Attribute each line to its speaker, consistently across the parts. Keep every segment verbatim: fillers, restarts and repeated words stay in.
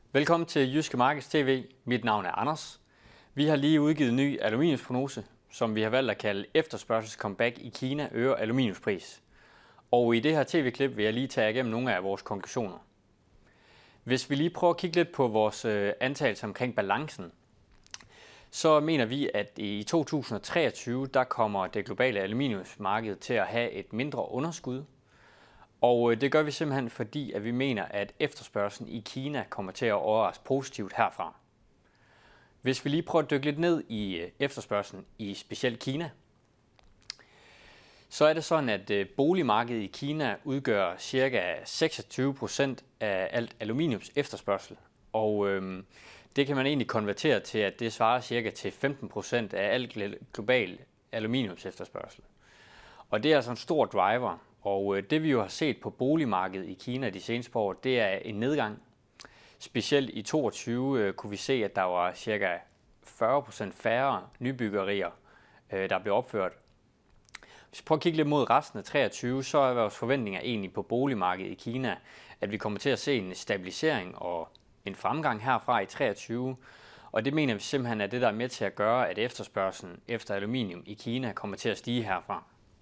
Speaker 1: Velkommen til Jyske Markeds T V. Mit navn er Anders. Vi har lige udgivet en ny aluminiumsprognose, som vi har valgt at kalde efterspørgsels comeback i Kina øger aluminiumspris. Og i det her tv-klip vil jeg lige tage igennem nogle af vores konklusioner. Hvis vi lige prøver at kigge lidt på vores antagelse omkring balancen, så mener vi, at i to tusind og treogtyve der kommer det globale aluminiumsmarked til at have et mindre underskud. Og det gør vi simpelthen fordi, at vi mener, at efterspørgslen i Kina kommer til at overraske positivt herfra. Hvis vi lige prøver at dykke lidt ned i efterspørgslen i specielt Kina, så er det sådan, at boligmarkedet i Kina udgør ca. seksogtyve procent af alt aluminiums efterspørgsel. Og øhm, det kan man egentlig konvertere til, at det svarer ca. til femten procent af alt global aluminiums efterspørgsel. Og det er altså en stor driver. Og det vi jo har set på boligmarkedet i Kina de seneste par år, det er en nedgang. Specielt i toogtyve kunne vi se, at der var ca. fyrre procent færre nybyggerier, der blev opført. Hvis vi prøver at kigge lidt mod resten af treogtyve, så er vores forventninger egentlig på boligmarkedet i Kina, at vi kommer til at se en stabilisering og en fremgang herfra i treogtyve. Og det mener vi simpelthen er det, der er med til at gøre, at efterspørgslen efter aluminium i Kina kommer til at stige herfra.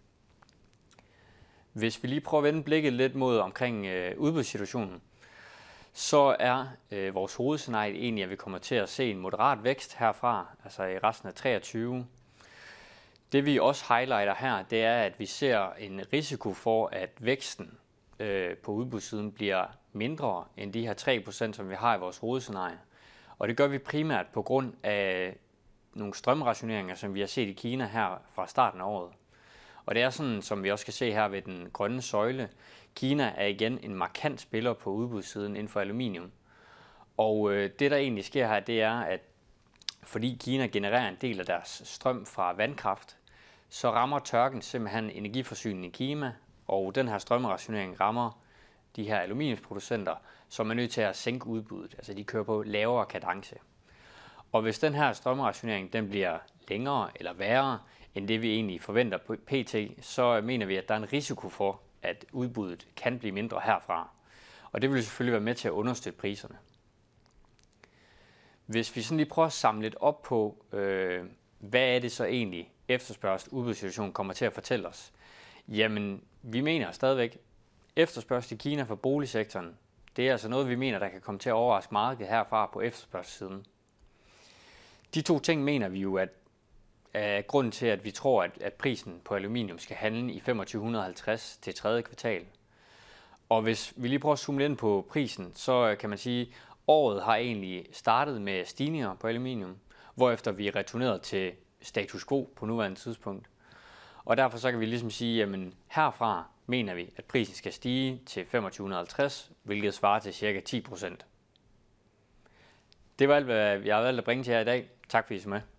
Speaker 1: Hvis vi lige prøver at vende blikket lidt mod omkring øh, udbudssituationen, så er øh, vores hovedscenarie egentlig, at vi kommer til at se en moderat vækst herfra, altså i resten af treogtyve. Det vi også highlighter her, det er, at vi ser en risiko for, at væksten øh, på udbudssiden bliver mindre end de her tre procent, som vi har i vores hovedscenarie. Og det gør vi primært på grund af nogle strømrationeringer, som vi har set i Kina her fra starten af året. Og det er sådan, som vi også kan se her ved den grønne søjle. Kina er igen en markant spiller på udbudssiden inden for aluminium. Og øh, det, der egentlig sker her, det er, at fordi Kina genererer en del af deres strøm fra vandkraft, så rammer tørken simpelthen energiforsyningen i Kina, og den her strømrationering rammer de her aluminiumsproducenter, som er nødt til at sænke udbuddet. Altså de kører på lavere kadence. Og hvis den her strømrationering den bliver længere eller værre, end det vi egentlig forventer på P T, så mener vi, at der er en risiko for, at udbuddet kan blive mindre herfra. Og det vil selvfølgelig være med til at understøtte priserne. Hvis vi sådan lige prøver at samle lidt op på, øh, hvad er det så egentlig efterspørgsel udbudssituationen kommer til at fortælle os? Jamen, vi mener stadigvæk, efterspørgsel i Kina for boligsektoren, det er altså noget, vi mener, der kan komme til at overraske markedet herfra på efterspørgselssiden. De to ting mener vi jo, at er grunden til, at vi tror, at, at prisen på aluminium skal handle i to tusind fem hundrede og halvtreds til tredje kvartal. Og hvis vi lige prøver at zoome ind på prisen, så kan man sige, at året har egentlig startet med stigninger på aluminium, hvorefter vi er returneret til status quo på nuværende tidspunkt. Og derfor så kan vi ligesom sige, at herfra mener vi, at prisen skal stige til to tusind fem hundrede og halvtreds, hvilket svarer til ca. ti procent. Det var alt, hvad jeg har valgt at bringe til jer i dag. Tak fordi I så med.